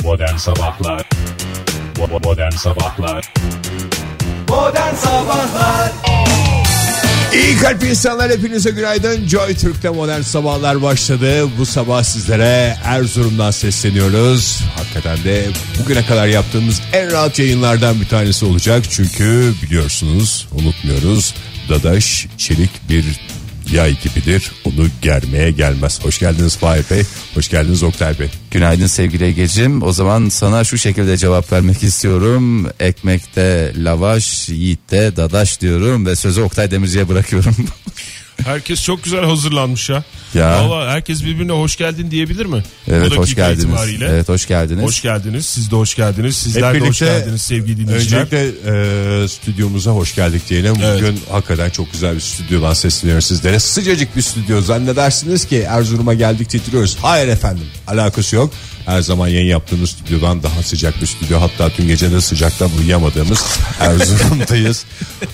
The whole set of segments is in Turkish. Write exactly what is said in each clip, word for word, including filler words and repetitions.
Modern Sabahlar Modern Sabahlar Modern Sabahlar İyi kalp insanlar, hepinize günaydın. Joy Türk'te Modern Sabahlar başladı. Bu sabah sizlere Erzurum'dan sesleniyoruz. Hakikaten de bugüne kadar yaptığımız en rahat yayınlardan bir tanesi olacak. Çünkü biliyorsunuz, unutmuyoruz, Dadaş çelik bir yay gibidir. Onu germeye gelmez. Hoş geldiniz Fahir Bey. Hoş geldiniz Oktay Bey. Günaydın sevgili Egeciğim. O zaman sana şu şekilde cevap vermek istiyorum. Ekmekte lavaş, yiğitte dadaş diyorum ve sözü Oktay Demirci'ye bırakıyorum. Herkes çok güzel hazırlanmış ya. Ya. Valla herkes birbirine hoş geldin diyebilir mi? Evet, Bu hoş geldiniz. itibariyle. Evet, hoş geldiniz. Hoş geldiniz. Siz de hoş geldiniz. Sizler Hep de hoş birlikte geldiniz sevgili dinleyiciler. Öncelikle e, stüdyomuza hoş geldik diyelim. Evet. Bugün hakikaten çok güzel bir stüdyodan sesleniyoruz sizlere. Sıcacık bir stüdyo. Zannedersiniz ki Erzurum'a geldik titriyoruz. Hayır efendim, alakası yok. Her zaman yayın yaptığımız stüdyodan daha sıcak bir stüdyo. Hatta dün gece de sıcaktan uyuyamadığımız Erzurum'dayız.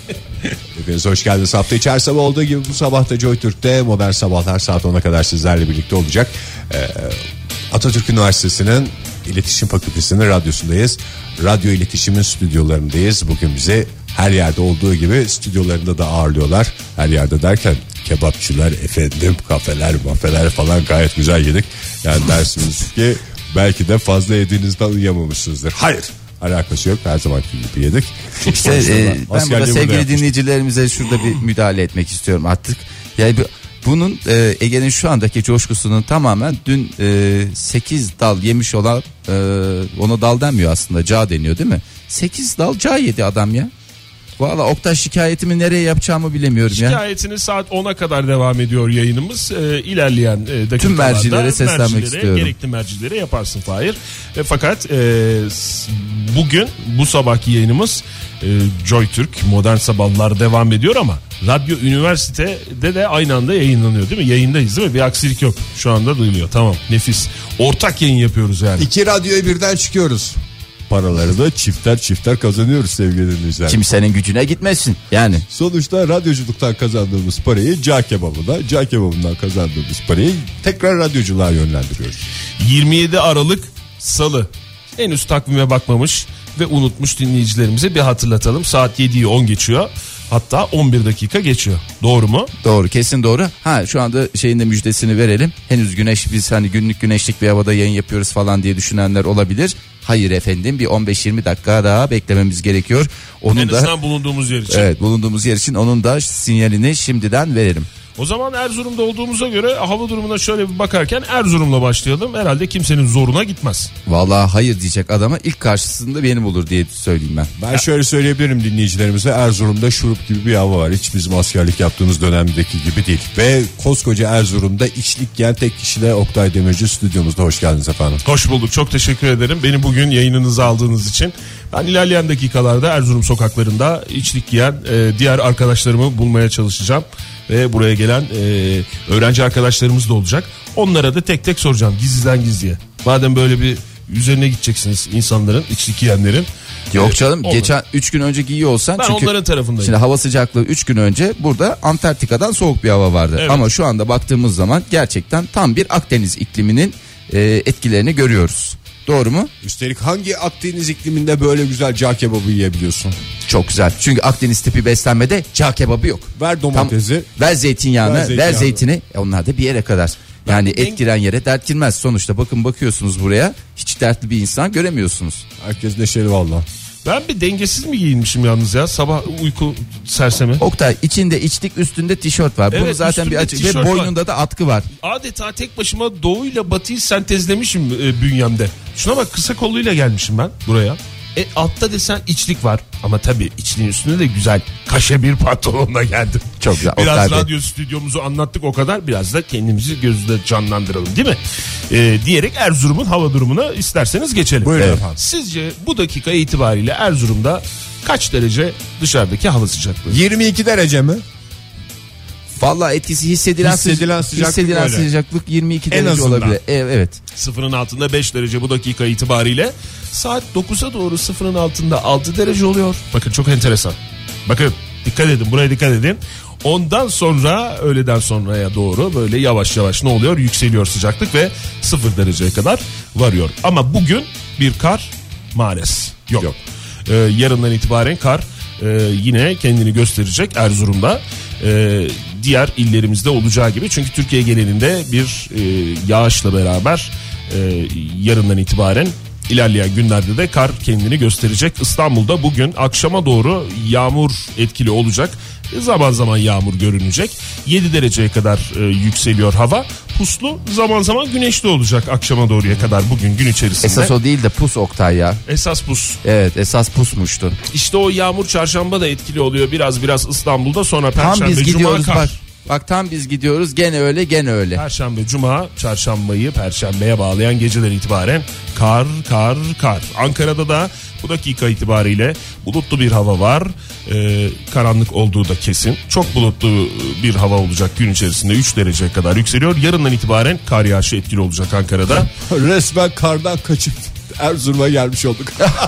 Hepiniz hoş geldiniz. Hafta içi her sabah olduğu gibi bu sabah da Joy Türk'te Modern Sabahlar saat ona kadar sizlerle birlikte olacak. Ee, Atatürk Üniversitesi'nin İletişim Fakültesi'nin radyosundayız. Radyo İletişim'in stüdyolarındayız. Bugün bize her yerde olduğu gibi stüdyolarında da ağırlıyorlar. Her yerde derken kebapçılar, efendim kafeler, mafeler falan gayet güzel yedik. Yani dersiniz ki belki de fazla yediğinizden uyuyamamışsınızdır. Hayır, alakası yok, her zamanki gibi yedik. İşte e, ben burada sevgili dinleyicilerimize şurada bir müdahale etmek istiyorum artık. Yani bu, bunun e, Ege'nin şu andaki coşkusunun tamamen dün e, sekiz dal yemiş olan, e, ona dal denmiyor aslında, ca deniyor değil mi? sekiz dal ca yedi adam ya. Valla Oktay, şikayetimi nereye yapacağımı bilemiyorum ya. Şikayetini saat ona kadar devam ediyor yayınımız. Ee, ilerleyen e, dakikalarda tüm mercilere seslenmek mercilere, istiyorum. Gerekli mercilere yaparsın Fahir. E, fakat e, bugün bu sabahki yayınımız e, Joy Türk Modern Sabahlar devam ediyor ama Radyo Üniversite'de de aynı anda yayınlanıyor değil mi? Yayındayız değil mi? Bir aksilik yok. Şu anda duyuluyor. Tamam, nefis. Ortak yayın yapıyoruz yani. İki radyoya birden çıkıyoruz. Paraları da çifter çifter kazanıyoruz sevgili dinleyiciler. Kimsenin gücüne gitmesin yani. Sonuçta radyoculuktan kazandığımız parayı cağ kebabına, cağ kebabından kazandığımız parayı tekrar radyoculuğa yönlendiriyoruz. yirmi yedi Aralık Salı. Henüz takvime bakmamış ve unutmuş dinleyicilerimize bir hatırlatalım. Saat yediyi on geçiyor. Hatta on bir dakika geçiyor. Doğru mu? Doğru, kesin doğru. Ha, şu anda şeyin de müjdesini verelim. Henüz güneş, biz hani günlük güneşlik bir havada yayın yapıyoruz falan diye düşünenler olabilir. Hayır efendim, bir on beş yirmi dakika daha beklememiz gerekiyor. Onun en da, azından bulunduğumuz yer için. Evet, bulunduğumuz yer için onun da sinyalini şimdiden verelim. O zaman Erzurum'da olduğumuza göre hava durumuna şöyle bir bakarken Erzurum'la başlayalım. Herhalde kimsenin zoruna gitmez. Vallahi hayır diyecek adama ilk karşısında benim olur diye söyleyeyim ben. Ben şöyle söyleyebilirim dinleyicilerimize, Erzurum'da şurup gibi bir hava var. Hiç bizim askerlik yaptığımız dönemdeki gibi değil. Ve koskoca Erzurum'da içlik giyen tek kişiyle Oktay Demirci stüdyomuzda. Hoş geldiniz efendim. Hoş bulduk, çok teşekkür ederim. Beni bugün yayınınıza aldığınız için. Ben ilerleyen dakikalarda Erzurum sokaklarında içlik giyen e, diğer arkadaşlarımı bulmaya çalışacağım. Ve buraya gelen e, öğrenci arkadaşlarımız da olacak. Onlara da tek tek soracağım gizliden gizliye. Madem böyle bir üzerine gideceksiniz insanların, içlik giyenlerin. Yok canım, Olur. geçen üç gün önce giyiyor olsan. Ben çünkü onların tarafındayım. Şimdi hava sıcaklığı üç gün önce burada Antarktika'dan soğuk bir hava vardı. Evet. Ama şu anda baktığımız zaman gerçekten tam bir Akdeniz ikliminin e, etkilerini görüyoruz. Doğru mu? Üstelik hangi Akdeniz ikliminde böyle güzel cağ kebabı yiyebiliyorsun? Çok güzel. Çünkü Akdeniz tipi beslenmede cağ kebabı yok. Ver domatesi. Tam, ver zeytinyağını, Ver ver, zeytinyağını. zeytini. E onlar da bir yere kadar. Yani Ben- et giren yere dert girmez. Sonuçta bakın, bakıyorsunuz buraya, hiç dertli bir insan göremiyorsunuz. Herkes neşeli valla. Ben bir dengesiz mi giyinmişim yalnız ya? Sabah uyku sersemi. Oktay, içinde içlik, üstünde tişört var. Bunu Evet, zaten bir üstümde açık ve tişört boynunda da atkı var. Adeta tek başıma doğuyla batıyı sentezlemişim e, bünyemde. Şuna bak, kısa kolluyla gelmişim ben buraya. E altta desen içlik var. Ama tabii içliğin üstünde de güzel kaşe bir pantolonla geldim. Çok güzel. Biraz Oktay Bey. radyo stüdyomuzu anlattık o kadar. Biraz da kendimizi gözde canlandıralım değil mi? E, diyerek Erzurum'un hava durumuna isterseniz geçelim. Buyurun Evet. efendim. Sizce bu dakika itibariyle Erzurum'da kaç derece dışarıdaki hava sıcaklığı? yirmi iki derece mi? Vallahi etkisi hissedilen, Hissedilen sıcaklık hissedilen öyle. sıcaklık yirmi iki En derece azından. olabilir. Evet, evet. Sıfırın altında beş derece bu dakika itibariyle. Saat dokuza doğru sıfırın altında altı derece oluyor. Bakın çok enteresan. Bakın Dikkat edin, buraya dikkat edin. Ondan sonra öğleden sonraya doğru böyle yavaş yavaş ne oluyor? Yükseliyor sıcaklık ve sıfır dereceye kadar varıyor. Ama bugün bir kar maalesef yok. yok. Ee, yarından itibaren kar e, yine kendini gösterecek Erzurum'da. Ee, diğer illerimizde olacağı gibi. Çünkü Türkiye genelinde bir e, yağışla beraber e, yarından itibaren ilerleyen günlerde de kar kendini gösterecek. İstanbul'da bugün akşama doğru yağmur etkili olacak. Zaman zaman yağmur görünecek. yedi dereceye kadar e, yükseliyor hava. Puslu, zaman zaman güneşli olacak akşama doğruya kadar bugün gün içerisinde. Esas o değil de pus Oktay ya. Esas pus. Evet, esas pusmuştu. İşte o yağmur çarşamba da etkili oluyor biraz biraz İstanbul'da, sonra perşembe, tam biz cuma gidiyoruz kar. Bak, bak tam biz gidiyoruz gene öyle gene öyle. Perşembe, cuma, çarşambayı perşembeye bağlayan geceden itibaren kar, kar, kar. Ankara'da da bu dakika itibariyle bulutlu bir hava var. Ee, karanlık olduğu da kesin. Çok bulutlu bir hava olacak gün içerisinde, üç dereceye kadar yükseliyor. Yarından itibaren kar yağışı etkili olacak Ankara'da. Resmen kardan kaçıp Erzurum'a gelmiş olduk.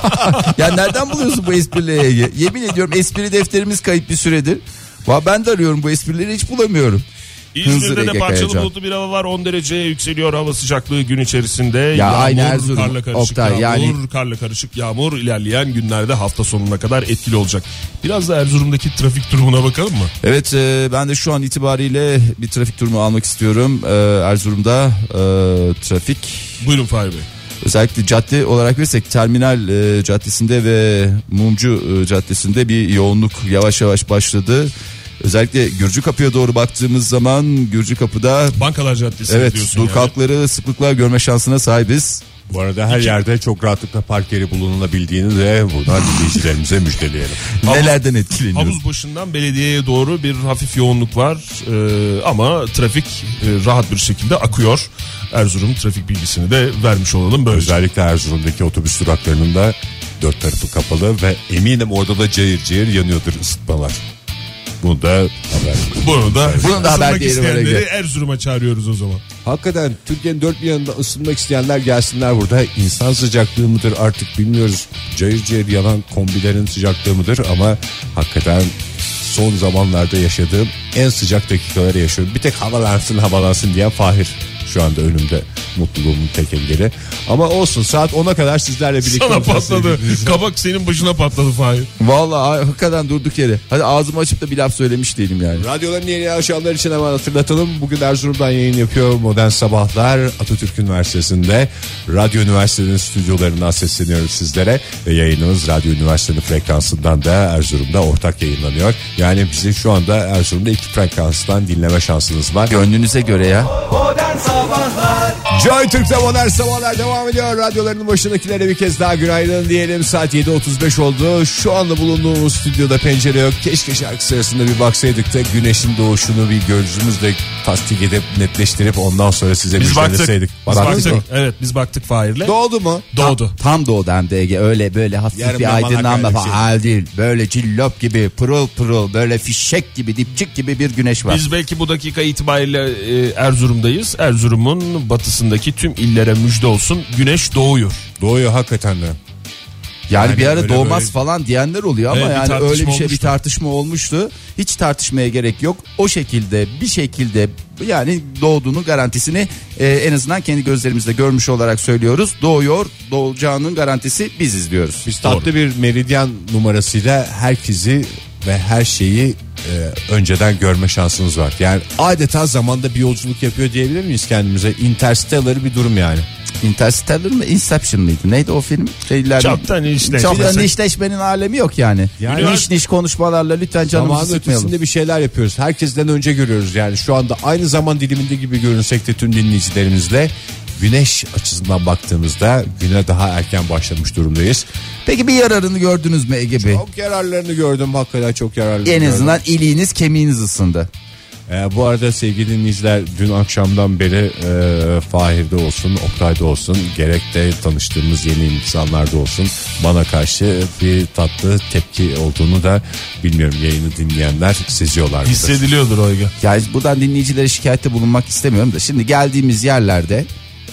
Ya nereden buluyorsun bu esprileri Ege? Yemin ediyorum espri defterimiz kayıp bir süredir. Ben de arıyorum bu esprileri, hiç bulamıyorum. İzmir'de de parçalı bulutlu bir hava var. on dereceye yükseliyor hava sıcaklığı gün içerisinde. Ya yağmur, aynı Erzurum, karla karışık Oktay, yağmur, yani... karla karışık yağmur ilerleyen günlerde hafta sonuna kadar etkili olacak. Biraz da Erzurum'daki trafik durumuna bakalım mı? Evet, e, ben de şu an itibariyle bir trafik durumu almak istiyorum. E, Erzurum'da e, trafik. Buyurun Fahri Bey. Özellikle cadde olarak verirsek Terminal e, Caddesi'nde ve Mumcu e, Caddesi'nde bir yoğunluk yavaş yavaş başladı. Özellikle Gürcükapı'ya doğru baktığımız zaman Gürcükapı'da Bankalar Caddesi evet, diyorsun dur yani. kalkları sıklıkla görme şansına sahibiz. Bu arada her yerde çok rahatlıkla park yeri bulunabildiğini de buradan dinleyicilerimize müjdeleyelim. Nelerden etkileniyoruz? Havuz başından belediyeye doğru bir hafif yoğunluk var ee, ama trafik e, rahat bir şekilde akıyor. Erzurum trafik bilgisini de vermiş olalım böyle. Özellikle Erzurum'daki otobüs duraklarının da dört tarafı kapalı ve eminim orada da cayır cayır yanıyordur ısıtmalar. Bunu da haber. Bunu da, Bunu da haber diyelim öyle. Erzurum'a çağırıyoruz o zaman. Hakikaten Türkiye'nin dört bir yanında ısınmak isteyenler gelsinler burada. İnsan sıcaklığı mıdır artık bilmiyoruz. Cayır cayır yanan kombilerin sıcaklığı mıdır ama hakikaten son zamanlarda yaşadığım en sıcak dakikaları yaşıyorum. Bir tek havalansın havalansın diyen Fahir şu anda önümde, mutluluğumun tek engeli. Ama olsun, saat ona kadar sizlerle birlikte. Sana patladı. Kabak senin başına patladı Fahir. Vallahi hakikaten durduk yere. Hadi ağzımı açıp da bir laf söylemiş değilim yani. Radyoların yeni aşağılar için hemen hatırlatalım. Bugün Erzurum'dan yayın yapıyor Modern Sabahlar. Atatürk Üniversitesi'nde Radyo Üniversitesi'nin stüdyolarından sesleniyoruz sizlere. Ve yayınımız Radyo Üniversitesi'nin frekansından da Erzurum'da ortak yayınlanıyor. Yani bizi şu anda Erzurum'da iki frekanstan dinleme şansınız var. Gönlünüze göre ya. Modern Sabahlar. Joy Türk'te Modern Sabahlar devam ediyor. Radyolarının başındakilere bir kez daha günaydın diyelim. Saat yedi otuz beş oldu. Şu anda bulunduğumuz stüdyoda pencere yok. Keşke şarkı sırasında bir baksaydık da güneşin doğuşunu bir gözümüzle tasdik edip netleştirip ondan sonra size Biz baktık. müjdeleseydik. Biz Baktınız baktık. mı? Evet, biz baktık Fahir'le. Doğdu mu? Doğdu. Tam, tam doğdu hem de Ege. Öyle böyle hafif Yarım bir yamalak aydınlanma öyle bir şey. falan değil. Böyle cillop gibi pırıl pırıl, böyle fişek gibi, dipçik gibi bir güneş var. Biz belki bu dakika itibariyle e, Erzurum'dayız. Erzurum'un batısındaki tüm illere müjde olsun. Güneş doğuyor. Doğuyor hakikaten de. Yani, Yani bir ara öyle doğmaz böyle- falan diyenler oluyor ama Evet, bir yani tartışma öyle bir şey, bir olmuştu. tartışma olmuştu. Hiç tartışmaya gerek yok. O şekilde bir şekilde yani doğduğunu garantisini e, en azından kendi gözlerimizle görmüş olarak söylüyoruz. Doğuyor, doğacağının garantisi biziz diyoruz. Biz tatlı bir meridyen numarasıyla herkesi ve her şeyi e, önceden görme şansınız var. Yani adeta zamanda bir yolculuk yapıyor diyebilir miyiz kendimize? Interstellar bir durum yani. Interstellar mı? Inception mıydı? Neydi o film? Şeyler, Çoktan işleşmesek. Çoktan işleşmenin alemi yok yani. Yani- niş niş konuşmalarla lütfen Zamanın canımızı sıkmayalım. ötesinde bir şeyler yapıyoruz. Herkesten önce görüyoruz yani. Şu anda aynı zaman diliminde gibi görünsek de tüm dinleyicilerimizle güneş açısından baktığımızda güne daha erken başlamış durumdayız. Peki bir yararını gördünüz mü Ege Bey? Çok yararlarını gördüm. Hakikaten çok yararlarını En gördüm. azından iliğiniz kemiğiniz ısındı. Ee, bu arada sevgili dinleyiciler, dün akşamdan beri e, Fahir'de olsun, Oktay'da olsun, gerek de tanıştığımız yeni insanlarda olsun bana karşı bir tatlı tepki olduğunu da bilmiyorum, yayını dinleyenler seziyorlar. Hissediliyordur o Ege. Yani buradan dinleyicilere şikayette bulunmak istemiyorum da şimdi geldiğimiz yerlerde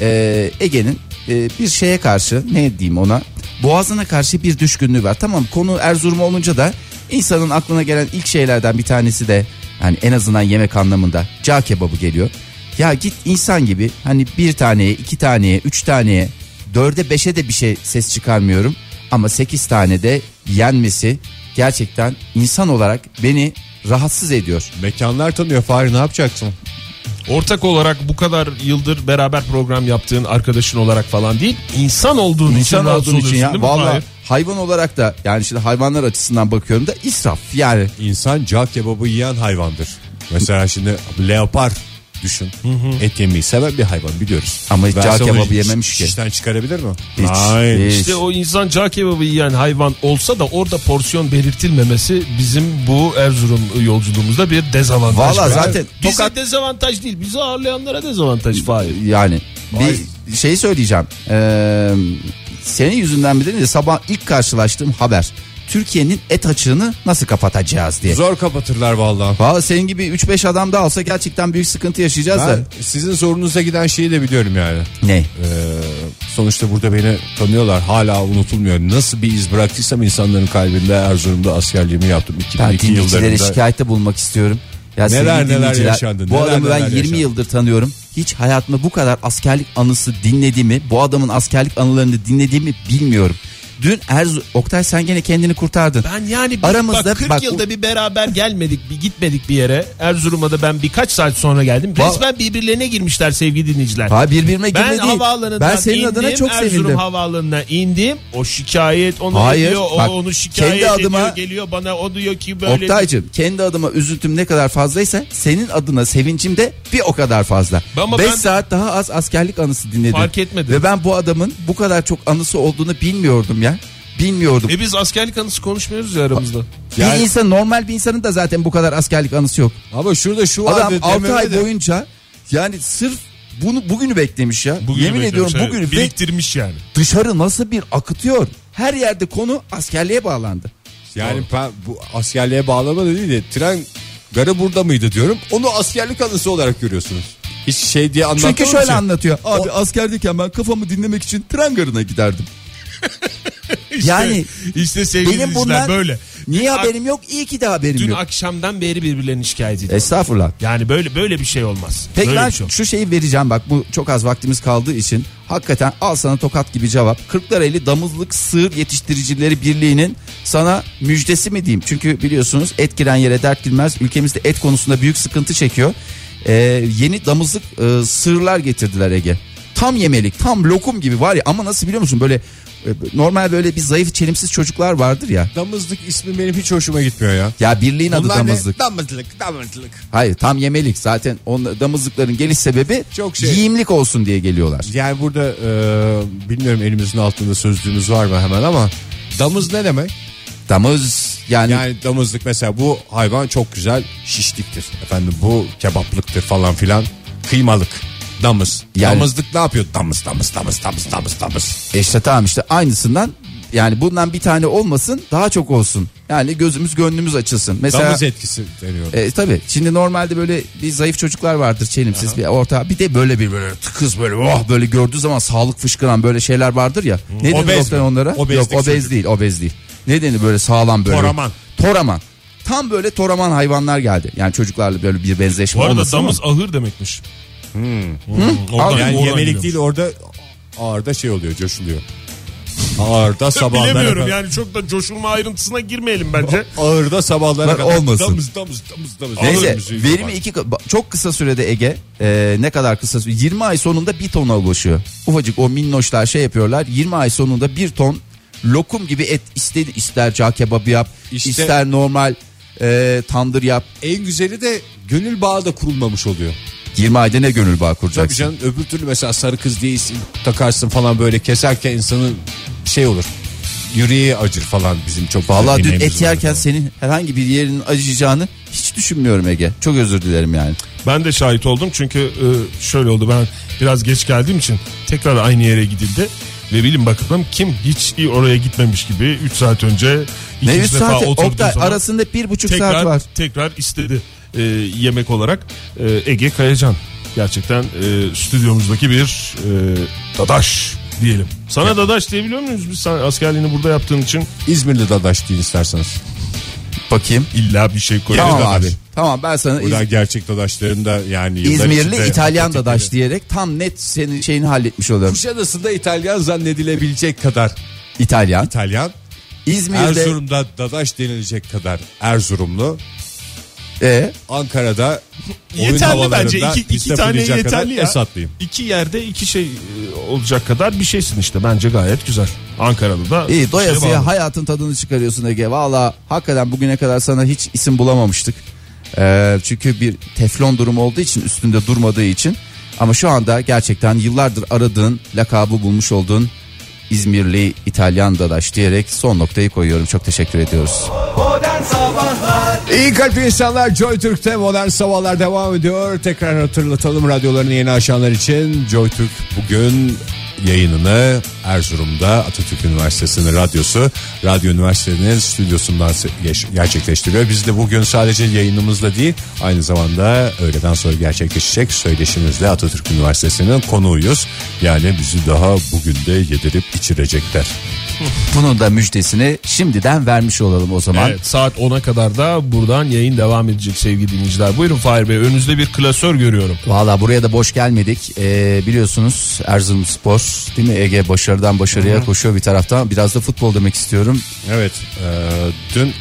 e, Ege'nin e, bir şeye karşı, ne diyeyim ona, boğazına karşı bir düşkünlüğü var. Tamam, konu Erzurum olunca da İnsanın aklına gelen ilk şeylerden bir tanesi de hani en azından yemek anlamında cağ kebabı geliyor. Ya git insan gibi hani bir taneye, iki taneye, üç taneye, dörde beşe de bir şey ses çıkarmıyorum. Ama sekiz tane de yenmesi gerçekten insan olarak beni rahatsız ediyor. Mekanlar tanıyor Fahri, ne yapacaksın? Ortak olarak bu kadar yıldır beraber program yaptığın arkadaşın olarak falan değil, insan olduğun İnsan için olduğun için ya. değil mi? Vallahi Hayır. hayvan olarak da yani şimdi hayvanlar açısından bakıyorum da israf yani. İnsan cağ kebabı yiyen hayvandır. Mesela şimdi leopar düşün. Hı hı. Et yemeyi seven bir hayvan biliyoruz. Ama hiç cağ Verse onu kebabı yememiş ki. İşten çıkarabilir mi? Hiç, Hayır. hiç. İşte o insan cağ kebabı yiyen hayvan olsa da orada porsiyon belirtilmemesi bizim bu Erzurum yolculuğumuzda bir dezavantaj. Vallahi zaten bize Tokat... dezavantaj değil, bizi ağırlayanlara dezavantaj Fahir. Yani Hayır. bir şey söyleyeceğim. Ee, senin yüzünden bir de sabah ilk karşılaştığım haber. Türkiye'nin et açığını nasıl kapatacağız diye. Zor kapatırlar vallahi. Vallahi senin gibi üç beş adam da alsa gerçekten büyük sıkıntı yaşayacağız Ben da. sizin zorunuza giden şeyi de biliyorum yani. Ne? Ee, sonuçta burada beni tanıyorlar, hala unutulmuyor. Nasıl bir iz bıraktıysam insanların kalbinde Erzurum'da askerliğimi yaptım. Ben iki bin iki dinleyicilere yıllarında. şikayette bulunmak istiyorum. Ya Neler sevgili neler dinleyiciler, yaşandı, bu neler adamı ben neler yirmi yaşandı. yıldır tanıyorum. Hiç hayatımda bu kadar askerlik anısı dinlediğimi, bu adamın askerlik anılarını dinlediğimi bilmiyorum. Dün Erzurum, Oktay sen gene kendini kurtardın. Ben yani bir, Aramızda bak, kırk bak, yılda bir beraber gelmedik, bir gitmedik bir yere. Erzurum'a da ben birkaç saat sonra geldim. Ba- Resmen birbirlerine girmişler sevgili dinleyiciler. Ha birbirine Ben girme değil. havaalanından Ben senin indim, adına çok Erzurum sevindim. havaalanına indim. O şikayet onu Hayır, ediyor, o bak, onu şikayet kendi adıma- ediyor, geliyor bana o diyor ki böyle. Oktay'cığım kendi adıma üzüntüm ne kadar fazlaysa senin adına sevincim de bir o kadar fazla. Ama beş ben- saat daha az askerlik anısı dinledim. Fark etmedim. Ve ben bu adamın bu kadar çok anısı olduğunu bilmiyordum ya. Bilmiyordum. E biz askerlik anısı konuşmuyoruz ya aramızda. Yani- Bir insan, normal bir insanın da zaten bu kadar askerlik anısı yok. Ama şurada şu vardı. Adam altı ay dememeli. boyunca yani sırf bunu bugünü beklemiş ya. Bugünü Yemin bekliyorum, ediyorum şey, bugünü ve biriktirmiş yani. dışarı nasıl bir akıtıyor. Her yerde konu askerliğe bağlandı. Yani ben bu askerliğe bağlama da değil de tren garı burada mıydı diyorum. Onu askerlik anısı olarak görüyorsunuz. Hiç şey diye anlatmam. Çünkü şöyle için. anlatıyor. Abi askerdeyken ben kafamı dinlemek için tren garına giderdim. İşte, Yani işte sevgili benim dinleyiciler bundan böyle. niye Dün haberim yok? İyi ki de haberim Dün yok. akşamdan beri birbirlerini şikayet ediyor. Estağfurullah. Yani böyle böyle bir şey olmaz. Peki Böyle ben bir şey olmaz. şu şeyi vereceğim, bak bu çok az vaktimiz kaldığı için hakikaten al sana tokat gibi cevap. Kırklareli Damızlık Sığır Yetiştiricileri Birliği'nin sana müjdesi mi diyeyim? Çünkü biliyorsunuz et giren yere dert girmez. Ülkemizde et konusunda büyük sıkıntı çekiyor. Ee, yeni damızlık e, sığırlar getirdiler Ege. Tam yemelik, tam lokum gibi var ya, ama nasıl biliyor musun, böyle e, normal böyle bir zayıf çelimsiz çocuklar vardır ya. Damızlık ismi benim hiç hoşuma gitmiyor ya. Ya birliğin adı Bunlar ne? damızlık. Damızlık, damızlık. Hayır, tam yemelik zaten. On, damızlıkların geliş sebebi Çok şey. yiyimlik olsun diye geliyorlar. Yani burada e, bilmiyorum elimizin altında sözlüğümüz var mı hemen, ama damız ne demek? Damız yani, Yani damızlık mesela, bu hayvan çok güzel şişliktir. Efendim bu kebaplıktır falan filan. Kıymalık. Damız. Yani- Damızlık ne yapıyor? Damız, damız, damız, damız, damız, damız. işte tamam işte aynısından, yani bundan bir tane olmasın, daha çok olsun. Yani gözümüz gönlümüz açılsın. Mesela Damız etkisi deniyor. e, tabii şimdi normalde böyle bir zayıf çocuklar vardır, çelimsiz bir orta, bir de böyle bir böyle kız böyle oh böyle gördüğü zaman sağlık fışkıran böyle şeyler vardır ya. Ne denir Obez doktor mi? onlara? Obezlik Yok obez çocuk. değil, obez değil. Ne denir böyle sağlam böyle? Toraman. Toraman. Tam böyle toraman hayvanlar geldi. Yani çocuklarla böyle bir benzeşme Bu arada olmasın ama. damız ahır demekmiş. Hmm. Oradan- Yani oradan yemelik geliyor. değil, orada ağırda şey oluyor, coşuluyor. Ağırda sabahlara Bilemiyorum kadar. yani, çok da coşulma ayrıntısına girmeyelim bence. Ağırda sabahlara Bak, kadar. olmasın. Damız, damız, damız, damız. Neyse Ağır müziği verimi falan. iki çok kısa sürede Ege, e, ne kadar kısa süre, yirmi ay sonunda bir tona ulaşıyor. Ufacık o minnoşlar şey yapıyorlar, yirmi ay sonunda bir ton lokum gibi et istedi, ister cağ kebabı yap, İşte- ister normal e, tandır yap. En güzeli de gönül bağı da kurulmamış oluyor. yirmi ayda ne gönül bağı Tabii kuracaksın? canım, öbür türlü mesela sarı kız diye isim takarsın falan, böyle keserken insanın şey olur. Yüreği acır falan, bizim çok. Vallahi dün dinleyimiz et var yerken falan. senin herhangi bir yerinin acıyacağını hiç düşünmüyorum Ege. Çok özür dilerim yani. Ben de şahit oldum çünkü e, şöyle oldu, ben biraz geç geldiğim için tekrar aynı yere gidildi. Ve bilin bakalım kim hiç oraya gitmemiş gibi üç saat önce Ne ikinci üç defa saati? oturduğu Oktay, zaman arasında bir buçuk tekrar, saat var. tekrar istedi e, yemek olarak e, Ege Kayacan. Gerçekten e, stüdyomuzdaki bir e, dadaş diyelim. Sana dadaş diyebiliyor muyuz biz, sen askerliğini burada yaptığın için? İzmirli dadaş deyin isterseniz. Bakayım. İlla bir şey koyuyor. Tamam abi. Tamam ben sana Buradan İz... gerçek Dadaşlarında yani yıllar İzmirli içinde İtalyan hakikaten- Dadaş diyerek tam net senin şeyini halletmiş oluyorum. Kuşadası'nda İtalyan zannedilebilecek kadar İtalyan. İtalyan. İzmir'de Erzurum'da Dadaş denilecek kadar Erzurumlu. e, Ankara'da oyun Yeterli bence. havalarında İki, iki piste tane fırlayacak kadar yeterli ya. Esatlıyım. İki yerde iki şey e, olacak kadar bir şeysin işte. Bence gayet güzel. Ankara'da da. iyi doyasıya şeye bağlı. hayatın tadını çıkarıyorsun Ege. Valla hakikaten bugüne kadar sana hiç isim bulamamıştık. Ee, çünkü bir teflon durumu olduğu için, üstünde durmadığı için. Ama şu anda gerçekten yıllardır aradığın lakabı bulmuş olduğun İzmirli İtalyan Dadaş diyerek son noktayı koyuyorum. Çok teşekkür ediyoruz. Modern Sabahlar. İyi kalpli insanlar, Joy Türk'te Modern Sabahlar devam ediyor. Tekrar hatırlatalım radyolarını yeni açanlar için. Joy Türk bugün yayınını Erzurum'da Atatürk Üniversitesi'nin radyosu Radyo Üniversitesi'nin stüdyosundan gerçekleştiriyor. Biz de bugün sadece yayınımızla değil, aynı zamanda öğleden sonra gerçekleşecek söyleşimizle Atatürk Üniversitesi'nin konuğuyuz. Yani bizi daha bugün de yedirip içirecekler. Bunun da müjdesini şimdiden vermiş olalım o zaman. Evet, saat ona kadar da buradan yayın devam edecek sevgili dinleyiciler. Buyurun Fahir Bey, önünüzde bir klasör görüyorum. Valla buraya da boş gelmedik. Ee, biliyorsunuz Erzurumspor değil mi Ege, başarıdan başarıya Hı-hı. koşuyor bir taraftan. Biraz da futbol demek istiyorum. Evet, e, dün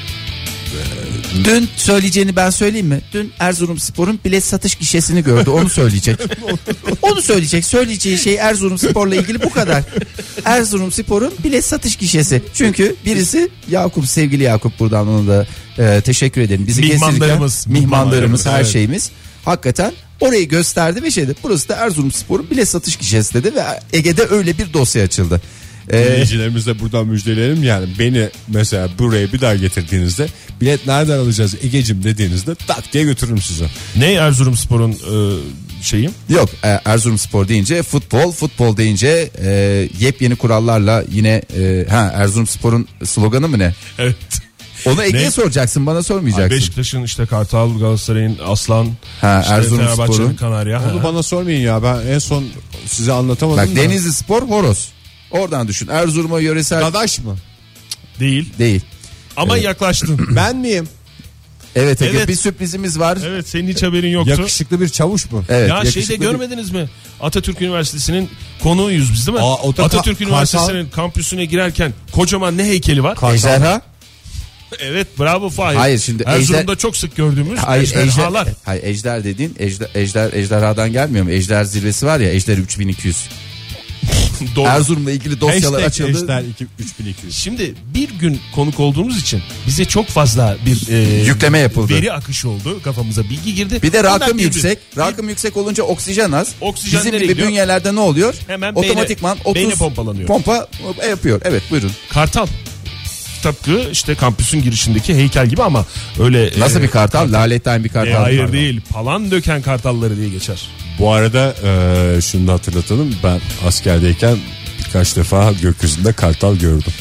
Dün söyleyeceğini ben söyleyeyim mi? Dün Erzurumspor'un bilet satış gişesini gördü. Onu söyleyecek. Onu söyleyecek. Söyleyeceği şey Erzurumspor'la ilgili bu kadar. Erzurumspor'un bilet satış gişesi. Çünkü birisi Yakup, sevgili Yakup, buradan ona da e, teşekkür ederim. Bizi Mihmandarımız, gezdirirken mihmandarımız, her evet. şeyimiz. Hakikaten orayı gösterdi ve şeydi. Burası da Erzurumspor'un bilet satış gişesi dedi ve Ege'de öyle bir dosya açıldı. Dinleyicilerimize buradan müjdeleyelim, yani beni mesela buraya bir daha getirdiğinizde bilet nereden alacağız Ege'cim dediğinizde tak diye götürürüm size. Ne Erzurumspor'un e, şeyim? Yok, Erzurumspor deyince futbol, futbol deyince e, yepyeni kurallarla yine e, ha Erzurumspor'un sloganı mı ne? Evet. Onu Ege'ye Ne? soracaksın, bana sormayacaksın. Beşiktaş'ın işte Kartal, Galatasaray'ın Aslan, Ha, işte Erzurumspor'un. Fenerbahçe'nin Kanarya. Onu Ha. bana sormayın ya, ben en son size anlatamadım. Bak, da. Denizli Spor horoz. Oradan düşün. Erzurum'a yöresel Dadaş mı? Değil. değil. Ama yaklaştın. Ben miyim? Evet Ege, Evet. bir sürprizimiz var. Evet, Evet, senin hiç haberin yoktu. Yakışıklı bir çavuş mu? Ya yakışıklı şeyde bir- görmediniz mi? Atatürk Üniversitesi'nin konuğuyuz biz değil mi? Aa, o da Atatürk Ka- Üniversitesi'nin kampüsüne girerken kocaman ne heykeli var? Ejderha. Evet, bravo Fahir. Hayır, şimdi Erzurum'da ejder- çok sık gördüğümüz Hayır, ejderhalar. ejder, hayır, ejder dediğin ejder, ejder, ejderhadan gelmiyor mu? Ejder zirvesi var ya, Ejder üç bin iki yüz. Doğru. Erzurum'la ilgili dosyalar Hashtag açıldı. Ejder üç bin iki yüz. Şimdi bir gün konuk olduğumuz için bize çok fazla bir e, Yükleme yapıldı. veri akışı oldu. Kafamıza bilgi girdi. Bir de Ondan rakım bir- yüksek. Rakım yüksek olunca oksijen az. Oksijen Bizim nereye gibi gidiyor? bünyelerde ne oluyor? Hemen otomatikman beyne- beyne otuz pompalanıyor. pompa yapıyor. Evet, buyurun. Kartal. Tıpkı işte kampüsün girişindeki heykel gibi ama öyle. Nasıl e, bir kartal? Lalettayn bir e, kartal. hayır Pardon. değil. Palan döken kartalları diye geçer. Bu arada e, şunu da hatırlatalım, ben askerdeyken birkaç defa gökyüzünde kartal gördüm.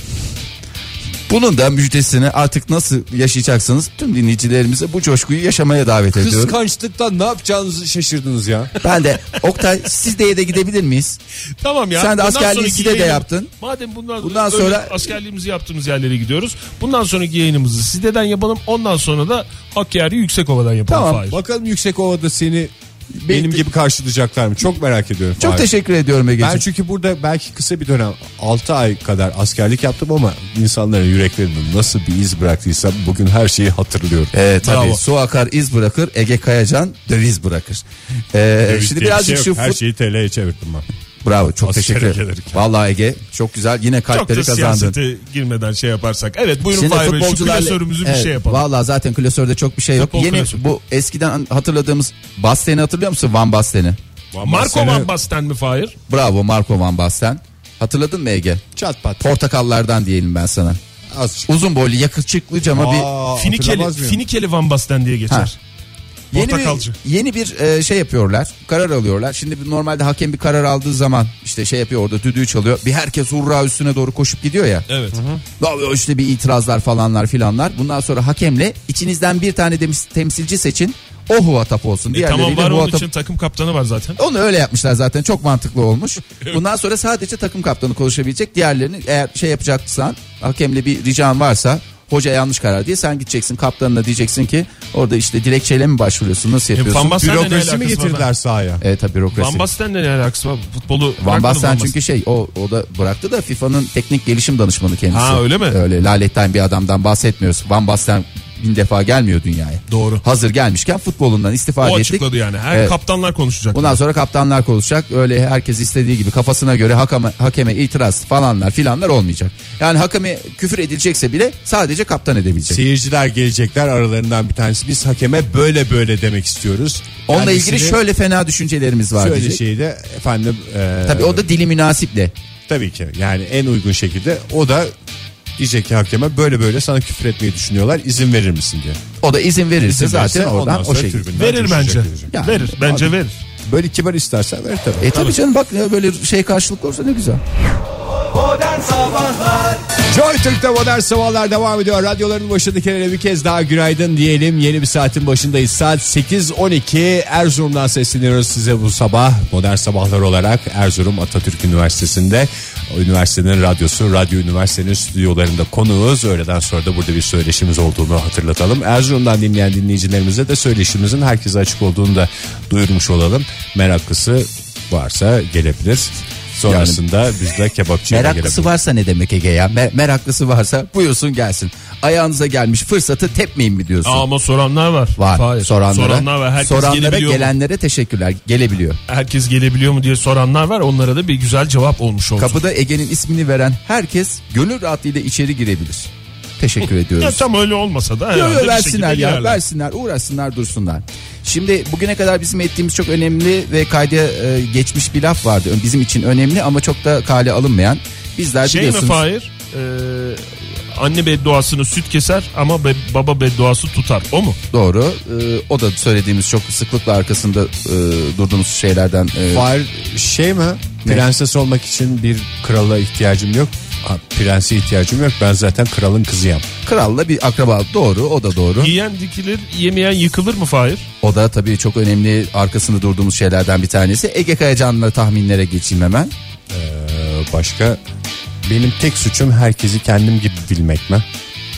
Bunun da müjdesini artık nasıl yaşayacaksınız? Tüm dinleyicilerimize bu coşkuyu yaşamaya davet ediyorum. Kıskançlıktan ne yapacağınızı şaşırdınız ya. Ben de Oktay, siz de de gidebilir miyiz? Tamam ya. Sen de bundan askerliği sonraki Side'de yayını- yaptın. Madem bundan, Bundan öyle sonra- askerliğimizi yaptığımız yerlere gidiyoruz. Bundan sonraki yayınımızı Side'den yapalım. Ondan sonra da Hakkari Yüksekova'dan yapalım. Tamam, Fahir. bakalım Yüksekova'da seni benim gibi karşılayacaklar mı? Çok merak ediyorum. Çok Hayır. teşekkür ediyorum Ege'ciğim. Ben çünkü burada belki kısa bir dönem altı ay kadar askerlik yaptım ama insanların yüreklerinde nasıl bir iz bıraktıysam bugün her şeyi hatırlıyorum. Ee, tabii Bravo. su akar iz bırakır, Ege Kayacan döviz bırakır. Ee, Döviz şimdi diye bir birazcık şey şu yok. Her fut... şeyi T L'ye çevirdim ben. Bravo, çok Askere teşekkür ederim. gelirken. Vallahi Ege çok güzel, yine Çok kalpleri da kazandın. siyasete girmeden şey yaparsak. Evet, buyurun Şimdi Fahir Bey, şu futbolcularla klasörümüzü evet, bir şey yapalım. Vallahi zaten klasörde çok bir şey yok. Futbol Yeni klasörü. bu eskiden hatırladığımız Basten'i hatırlıyor musun? Van Basten'i. Marco Van Basten mi Fahir? Bravo, Marco Van Basten. Hatırladın mı Ege? Çat pat. Portakallardan diyelim ben sana. Azıcık. Uzun boylu, yakışıklı ama bir Aa, Finikeli, hatırlamaz mıyım? Finikeli Van Basten diye geçer. Ha. Yeni Portakalcı. bir, yeni bir e, şey yapıyorlar. Karar alıyorlar. Şimdi bir- normalde hakem bir karar aldığı zaman işte şey yapıyor, orada düdüğü çalıyor. Bir herkes hurra üstüne doğru koşup gidiyor ya. Evet. Hı-hı. İşte bir itirazlar falanlar filanlar. Bundan sonra hakemle içinizden bir tane demiş, temsilci seçin. O huvatap olsun. E, Diğerleriyle tamam, var onun huvatap- için takım kaptanı var zaten. Onu öyle yapmışlar zaten, çok mantıklı olmuş. Bundan sonra sadece takım kaptanı konuşabilecek. Diğerlerini eğer şey yapacaksan, hakemle bir rican varsa Hoca yanlış karar diye sen gideceksin kaptanına diyeceksin ki orada işte dilekçeyle mi başvuruyorsun, nasıl yapıyorsun? Van Basten'le ne Bürokrasi mi alakası var getirdiler lan? sahaya? Evet tabii bürokrasi. Van Basten'le ne alakası var? Futbolu Van bırakmadı Basten Van çünkü şey o o da bıraktı da FIFA'nın teknik gelişim danışmanı kendisi. Ha, öyle mi? Öyle laletten bir adamdan bahsetmiyoruz. Van Basten bin defa gelmiyor dünyaya. Doğru. Hazır gelmişken futbolundan istifa O ettik. açıkladı yani. Her Evet. kaptanlar konuşacak. Bundan sonra kaptanlar konuşacak. Öyle herkes istediği gibi kafasına göre hakeme, hakeme itiraz falanlar filanlar olmayacak. Yani hakeme küfür edilecekse bile sadece kaptan edebilecek. Seyirciler gelecekler, aralarından bir tanesi biz hakeme böyle böyle demek istiyoruz. Onunla Kendisini ilgili şöyle fena düşüncelerimiz var şöyle diyecek. şeyde efendim e, Tabii o da dili münasiple. tabii ki yani en uygun şekilde o da diyecek ki hakeme böyle böyle sana küfür etmeyi düşünüyorlar, izin verir misin diye. O da izin verirse İzin zaten verirse oradan ondan o sonra şekilde. tribünden Verir düşecek bence. diyecek. Yani, verir. Bence abi. verir. Böyle kibar istersen ver tabii. E tabii canım bak ya böyle şey karşılıklı olsa ne güzel. Modern Sabahlar Joy Türk'te Modern Sabahlar devam ediyor. Radyoların başındakilere bir kez daha günaydın diyelim. Yeni bir saatin başındayız. Saat sekiz on iki. Erzurum'dan sesleniyoruz size bu sabah. Modern Sabahlar olarak Erzurum Atatürk Üniversitesi'nde. O üniversitenin radyosu, Radyo Üniversitenin stüdyolarında konuğuz. Öğleden sonra da burada bir söyleşimiz olduğunu hatırlatalım. Erzurum'dan dinleyen dinleyicilerimize de söyleşimizin herkese açık olduğunu da duyurmuş olalım. Meraklısı varsa gelebilir. Sonrasında yani, biz de kebapçıya meraklısı gelebiliriz. varsa ne demek Ege ya? Mer- meraklısı varsa buyursun gelsin. Ayağınıza gelmiş fırsatı tepmeyin mi diyorsun? Ama soranlar var. Var. Hayır. Soranlara, soranlar var. Herkes soranlara gelebiliyor gelenlere mu? teşekkürler. Gelebiliyor. Herkes gelebiliyor mu diye soranlar var. Onlara da bir güzel cevap olmuş oldu. Kapıda Ege'nin ismini veren herkes gönül rahatlığıyla içeri girebilir. Teşekkür ediyoruz. Ya tam öyle olmasa da Yo, herhalde yo, bir versinler şekilde ya, girerler. versinler, uğraşsınlar, dursunlar. Şimdi bugüne kadar bizim ettiğimiz çok önemli ve kayda e, geçmiş bir laf vardı. Bizim için önemli ama çok da kale alınmayan. Bizler Şey biliyorsunuz. mi Fahir? Ee, anne bedduasını süt keser ama be, baba bedduası tutar. O mu? Doğru. E, o da söylediğimiz çok sıklıkla arkasında e, durduğumuz şeylerden. E, Var şey mi? Ne? Prenses olmak için bir krala ihtiyacım yok. Ha, prense ihtiyacım yok. Ben zaten kralın kızıyım. kralla bir akraba. Doğru, o da doğru. Yiyen dikilir, yemeyen yıkılır mı Fahir? O da tabii çok önemli, arkasında durduğumuz şeylerden bir tanesi. Ege Kayacan'la tahminlere geçeyim hemen. Ee, başka benim tek suçum herkesi kendim gibi bilmek mi?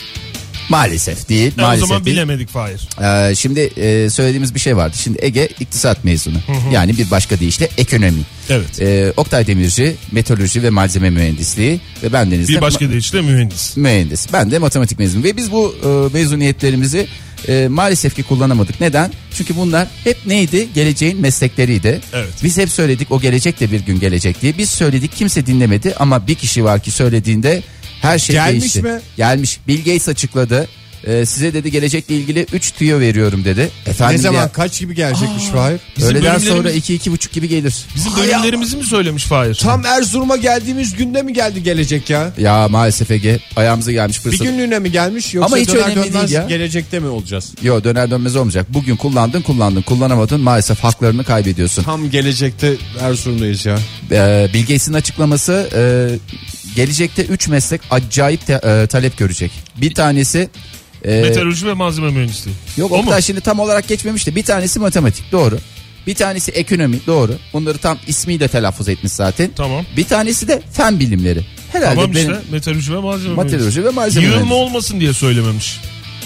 Maalesef değil. E, maalesef o zaman değil. bilemedik Fahir. Ee, şimdi e, söylediğimiz bir şey vardı. Şimdi Ege iktisat mezunu. Yani bir başka deyişle ekonomi. Evet. Ee, Oktay Demirci meteoroloji ve malzeme mühendisliği ve bendeniz de Bir başka ma- deyişle mühendis. mühendis. Ben de matematik mezunu ve biz bu e, mezuniyetlerimizi e, maalesef ki kullanamadık. Neden? Çünkü bunlar hep neydi? Geleceğin meslekleriydi. Evet. Biz hep söyledik o gelecek de bir gün gelecek diye. Biz söyledik, kimse dinlemedi ama bir kişi var ki söylediğinde her şey Gelmiş değişti. mi? Gelmiş. Bill Gates açıkladı. Ee, size dedi gelecekle ilgili üç tüyo veriyorum dedi. Efendim Ne zaman ya, kaç gibi gelecekmiş Fahir? Bizim öğleden bölümlerimiz- sonra iki iki buçuk gibi gelir. Bizim bölümlerimizi mi söylemiş Fahir? Tam Erzurum'a geldiğimiz günde mi geldi gelecek ya? Ya maalesef Ege ayağımıza gelmiş Bir fırsat. günlüğüne mi gelmiş yoksa Ama hiç döner önemli dönmez değil ya. gelecekte mi olacağız? Yok, döner dönmez olmayacak. Bugün kullandın kullandın kullanamadın, maalesef haklarını kaybediyorsun. Tam gelecekte Erzurum'dayız ya. Ee, Bill Gates'in açıklaması e, gelecekte üç meslek acayip te- e, talep görecek. Bir tanesi e, Meteoroloji ve malzeme mühendisliği. yok O mu? Oktay şimdi tam olarak geçmemiş de bir tanesi matematik, doğru. Bir tanesi ekonomi, doğru. Bunları tam ismiyle telaffuz etmiş zaten. Tamam. Bir tanesi de fen bilimleri. Herhalde Tamam benim işte meteoroloji ve malzeme meteoroloji ve malzeme Yığılma mühendisliği. olmasın diye söylememiş.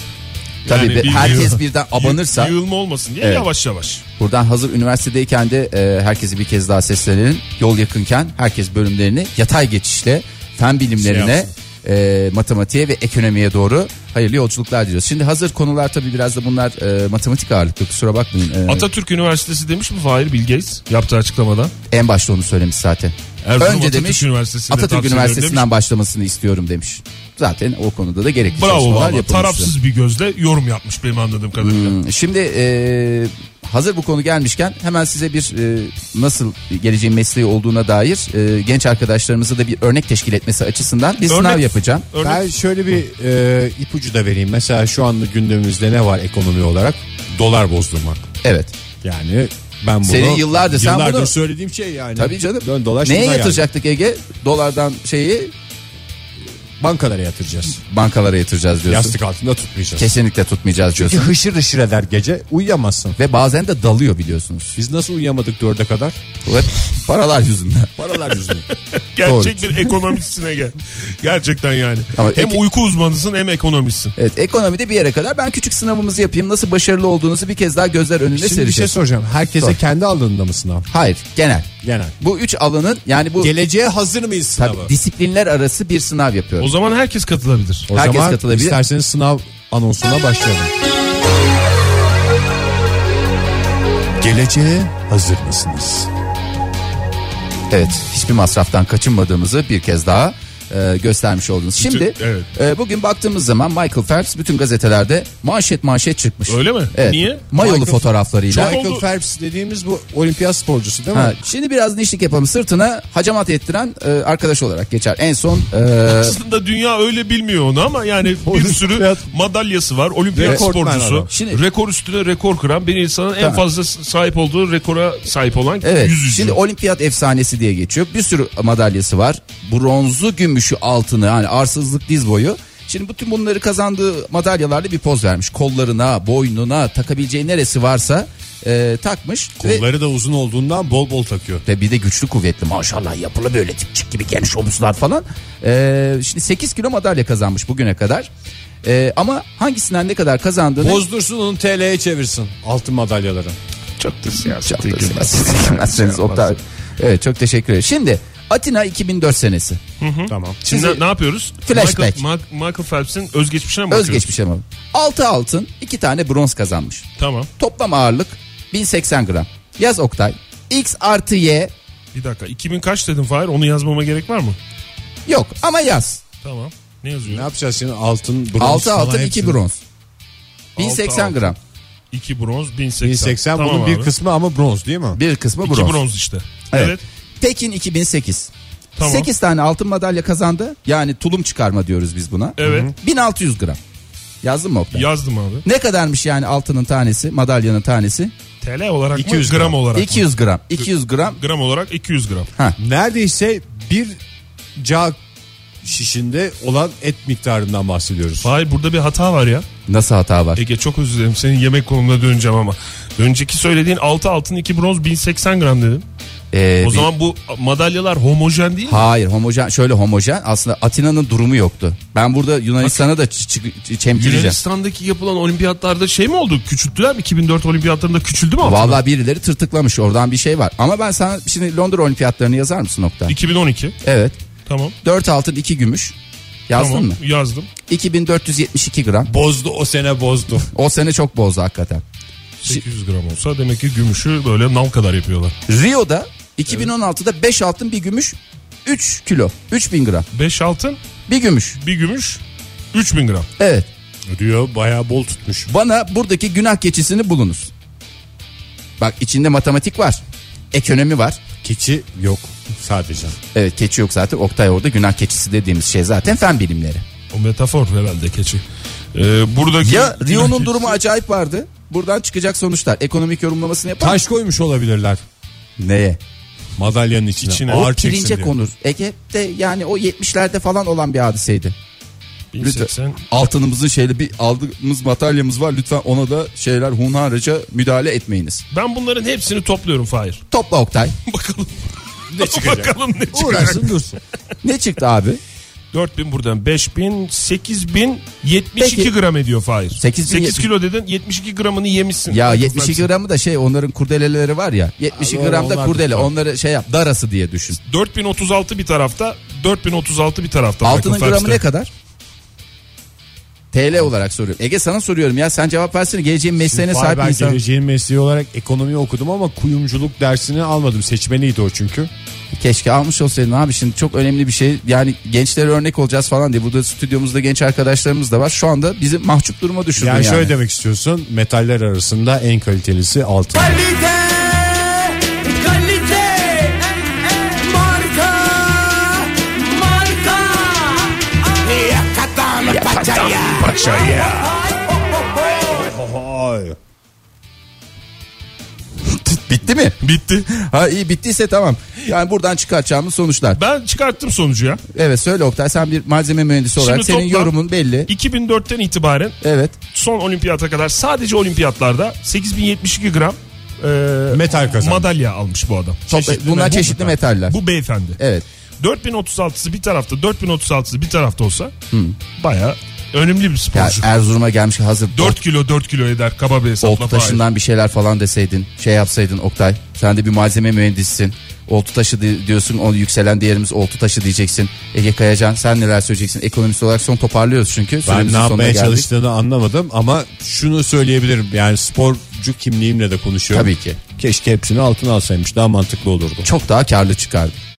Tabii Yani be- bir- herkes birden abanırsa. Yığılma olmasın diye Evet. yavaş yavaş. Buradan hazır üniversitedeyken de e, herkese bir kez daha seslenelim. Yol yakınken herkes bölümlerini yatay geçişle fen bilimlerine, Şey e, matematiğe ve ekonomiye doğru hayırlı yolculuklar diliyoruz. Şimdi hazır konular tabii biraz da bunlar e, matematik ağırlıklı, kusura bakmayın. E, Atatürk Üniversitesi demiş mi Fahir Bill Gates yaptığı açıklamada? en başta onu söylemiş zaten. Erzurum Önce Atatürk demiş Üniversitesi'nde Atatürk tavsiye Üniversitesi'nden ederim başlamasını istiyorum demiş. Zaten o konuda da gerekli Bravo çalışmalar valla yapılmıştı. tarafsız bir gözle yorum yapmış benim anladığım kadarıyla. Hmm, Şimdi e, hazır bu konu gelmişken hemen size bir e, nasıl geleceğin mesleği olduğuna dair e, genç arkadaşlarımıza da bir örnek teşkil etmesi açısından bir Örnek- sınav yapacağım. Örnek Ben şöyle bir e, ipucu da vereyim. Mesela şu anda gündemimizde ne var ekonomi olarak? Dolar bozdurmak. Evet. Yani ben bunu Senin yıllardır sen yıllardır bunu- söylediğim şey yani. Tabii canım. Dön dolaş Neye buna geldi. yatıracaktık Ege? Dolardan şeyi Bankalara yatıracağız. bankalara yatıracağız diyorsun. Yastık altında tutmayacağız. Kesinlikle tutmayacağız Çünkü diyorsun. hışır hışır eder gece uyuyamazsın. Ve bazen de dalıyor biliyorsunuz. Biz nasıl uyuyamadık dörde kadar? Evet. Paralar yüzünden. Paralar yüzünden. Gerçek bir ekonomistine gel. Gerçekten yani. Ama hem ek- uyku uzmanısın hem ekonomistsin. Evet, ekonomide bir yere kadar. Ben küçük sınavımızı yapayım. Nasıl başarılı olduğunuzu bir kez daha gözler önünde Şimdi sereceğiz. bir şey soracağım. Herkese Sor. kendi alanında mı sınav? Hayır, genel. Genel. Bu üç alanın yani bu Geleceğe hazır mıyız sınavı? tabii, disiplinler arası bir sınav yapıyoruz. O zaman herkes katılabilir. O Herkes zaman katılabilir. isterseniz sınav anonsuna başlayalım. Geleceğe hazır mısınız? Evet, hiçbir masraftan kaçınmadığımızı bir kez daha e, göstermiş oldunuz. Şimdi evet. e, bugün baktığımız zaman Michael Phelps bütün gazetelerde manşet manşet çıkmış. Öyle mi? Evet. Niye? Mayolu Michael- fotoğraflarıyla. Çok Michael oldu. Phelps dediğimiz bu olimpiyat sporcusu değil mi? Ha, şimdi biraz nişlik yapalım. Sırtına hacamat ettiren e, arkadaş olarak geçer. En son e, Aslında dünya öyle bilmiyor onu ama yani bir sürü Olimpiyat- madalyası var. Olimpiyat Rekortmen sporcusu. adam. Şimdi- rekor üstüne rekor kıran bir insanın en Tamam. fazla sahip olduğu rekora sahip olan evet. yüzücü. Şimdi olimpiyat efsanesi diye geçiyor. Bir sürü madalyası var. Bronzu, gümüşü, altını, yani arsızlık diz boyu. Şimdi bütün bunları kazandığı madalyalarla bir poz vermiş. Kollarına, boynuna, takabileceği neresi varsa e, takmış. Ve Kolları da uzun olduğundan bol bol takıyor. Ve bir de güçlü kuvvetli, maşallah yapılı böyle tipçik gibi geniş omuzlar falan. Ee, şimdi sekiz kilo madalya kazanmış bugüne kadar. Ee, ama hangisinden ne kadar kazandığını... Bozdursun onu T L'ye çevirsin altın madalyaları. çok da siyaset. Çok da siyaset ilgilenmezseniz Oktay. Evet, çok teşekkür ederim. Şimdi Atina iki bin dört senesi. Tamam. Şimdi Sizi- ne yapıyoruz? Flashback. Michael, Ma- Michael Phelps'in özgeçmişine mi bakıyoruz? Özgeçmiş ama. altı altın, iki tane bronz kazanmış. Tamam. Toplam ağırlık bin seksen gram. Yaz Oktay. X artı Y Bir dakika. iki bin kaç dedin Fahir? Onu yazmama gerek var mı? yok ama yaz. Tamam. Ne Ne yazıyor? yapacağız şimdi altın bronz altı falan altın, iki hepsini. bronz. bin Altı seksen altın. gram. iki bronz, bin seksen. bin seksen Tamam bunun abi. bir kısmı ama bronz değil mi? Bir kısmı İki bronz. bronz işte. Evet. Evet. Pekin iki bin sekiz. Tamam. sekiz tane altın madalya kazandı. Yani tulum çıkarma diyoruz biz buna. Evet. bin altı yüz gram. Yazdın mı Oktay? Yazdım abi. Ne kadarmış yani altının tanesi, madalyanın tanesi? T L olarak iki mı? yüz Gram, gram. olarak iki yüz gram. iki yüz gram. mı? Gram olarak iki yüz gram. Neredeyse bir cağ şişinde olan et miktarından bahsediyoruz. Fahir burada bir hata var ya. Nasıl hata var? Ege çok özür dilerim. Senin yemek konumuna döneceğim ama. Önceki söylediğin altı altın iki bronz bin seksen gram dedin. Ee, O bir- zaman bu madalyalar homojen değil mi? Hayır, homojen, şöyle homojen. Aslında Atina'nın durumu yoktu. Ben burada Yunanistan'a da ç- ç- çemkireceğim. Yunanistan'daki yapılan olimpiyatlarda şey mi oldu? Küçülttüler mi? iki bin dört olimpiyatlarında küçüldü mü altına? Vallahi birileri tırtıklamış, oradan bir şey var. Ama ben sana şimdi Londra olimpiyatlarını yazar mısın Oktay? iki bin on iki. Evet. Tamam. dört altın, iki gümüş. Yazdın tamam. mı? Yazdım. iki bin dört yüz yetmiş iki gram. Bozdu o sene bozdu. O sene çok bozdu hakikaten. sekiz yüz gram olsa demek ki gümüşü böyle nal kadar yapıyorlar. Rio'da iki bin on altıda beş altın, bir gümüş, üç kilo. üç bin gram. beş altın, Bir gümüş. bir gümüş, üç bin gram. Evet. Rio bayağı bol tutmuş. Bana buradaki günah keçisini bulunuz. Bak, içinde matematik var. Ekonomi var. Keçi yok sadece. Evet, keçi yok zaten. Oktay orada günah keçisi dediğimiz şey zaten fen bilimleri. O metafor herhalde keçi. Ee, buradaki Ya Rio'nun durumu acayip vardı. Buradan çıkacak sonuçlar. Ekonomik yorumlamasını yapar. Taş koymuş olabilirler Neye? madalyanın içine. İçine. Ağır O çeksin pirince diye. konur. Ege'de yani o yetmişlerde falan olan bir hadiseydi. bin Lütfen. seksen. Altınımızın şeyle bir aldığımız madalyamız var. Lütfen ona da şeyler hunharca müdahale etmeyiniz. Ben bunların hepsini topluyorum Fahir. Topla Oktay. Bakalım. Ne çıkacak? Bakalım ne çıkacak. Uğraşsın dursun. Ne çıktı abi? dört bin buradan beş bin, sekiz bin, yetmiş iki Peki. gram ediyor Fahir. sekiz bin, sekiz yetmiş- kilo dedin, yetmiş iki gramını yemişsin. Ya Michael yetmiş iki Phelps'in. gramı da şey, onların kurdeleleri var ya. yetmiş iki Abi, gram da onlar da kurdele. var. Onları şey yap, darası diye düşün. dört bin otuz altı bir tarafta, dört bin otuz altı bir tarafta. Altının Michael gramı ne Phelps'te. kadar? T L olarak soruyorum. Ege, sana soruyorum ya, sen cevap versene, geleceğin mesleğine Vay, sahip ben insan. geleceğin mesleği olarak ekonomi okudum ama kuyumculuk dersini almadım. Seçmeniydi o çünkü. Keşke almış olsaydın abi, şimdi çok önemli bir şey. Yani gençlere örnek olacağız falan diye. Burada stüdyomuzda genç arkadaşlarımız da var. Şu anda bizi mahcup duruma düşürdün Yani, yani. şöyle demek istiyorsun, metaller arasında en kalitelisi altın. Kalite, kalite, marka, marka. Yakatan paçaya. Bitti mi? Bitti. Ha iyi, bittiyse tamam. Yani buradan çıkartacağımız sonuçlar. Ben çıkarttım sonucu ya. Evet, söyle Oktay, sen bir malzeme mühendisi olarak Şimdi senin toplam- yorumun belli. iki bin dörtten itibaren Evet. son olimpiyata kadar sadece olimpiyatlarda sekiz bin yetmiş iki gram e, Metal kazanmış. madalya almış bu adam. Top, Çeşitli bunlar me- çeşitli bu, metaller. Bu beyefendi. Evet. dört bin otuz altısı bir tarafta, dört bin otuz altısı bir tarafta olsa bayağı önemli bir Ya sporcu. Erzurum'a gelmiş hazır dört kilo dört kilo eder kaba bir hesapla. oltu taşından bir şeyler falan deseydin, şey yapsaydın Oktay. Sen de bir malzeme mühendisisin. Oltu taşı di- diyorsun, o yükselen değerimiz oltu taşı diyeceksin. Ege Kayacan, sen neler söyleyeceksin? Ekonomist olarak son toparlıyoruz çünkü. Ben Süremizin ne sonuna yapmaya geldik. çalıştığını anlamadım ama şunu söyleyebilirim. Yani sporcu kimliğimle de konuşuyorum. Tabii ki. Keşke hepsini altına alsaymış, daha mantıklı olurdu. Çok daha karlı çıkardı.